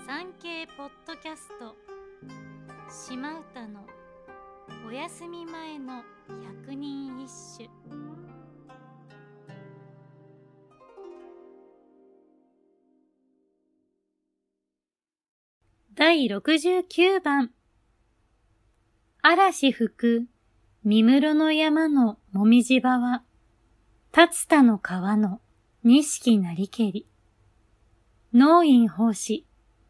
産経ポッドキャスト島唄のお休み前の百人一首。第69番。嵐吹く三室の山のもみじ場は、竜田の川の錦なりけり。農院法師。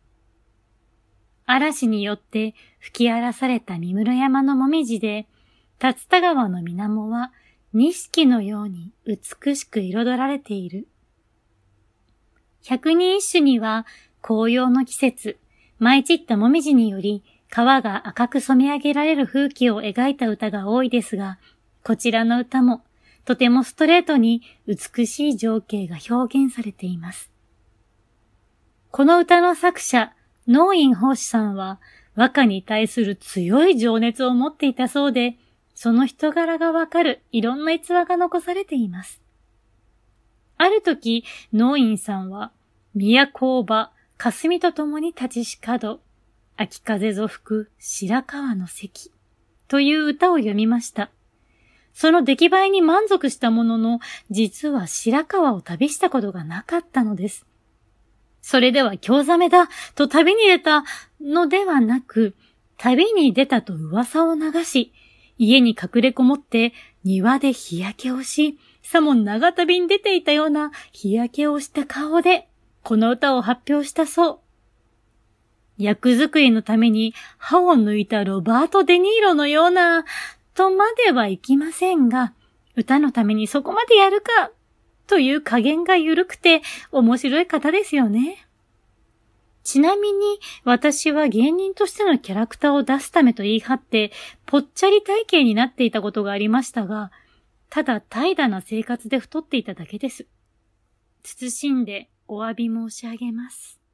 嵐によって吹き荒らされた三室山のもみじで、竜田川の水面は錦のように美しく彩られている。百人一首には紅葉の季節、舞い散ったもみじにより川が赤く染め上げられる風景を描いた歌が多いですが、こちらの歌もとてもストレートに美しい情景が表現されています。この歌の作者、農院法師さんは和歌に対する強い情熱を持っていたそうで、その人柄がわかるいろんな逸話が残されています。ある時、農院さんは、都場、霞と共に立ちし角、秋風ぞ吹く白河の関という歌を読みました。その出来栄えに満足したものの、実は白河を旅したことがなかったのです。それでは興ざめだと旅に出たのではなく、旅に出たと噂を流し、家に隠れこもって庭で日焼けをし、さも長旅に出ていたような日焼けをした顔で、この歌を発表したそう。役作りのために歯を抜いたロバート・デ・ニーロのような、とまではいきませんが、歌のためにそこまでやるか、という加減が緩くて面白い方ですよね。ちなみに私は芸人としてのキャラクターを出すためと言い張って、ぽっちゃり体型になっていたことがありましたが、ただ怠惰な生活で太っていただけです。謹んでお詫び申し上げます。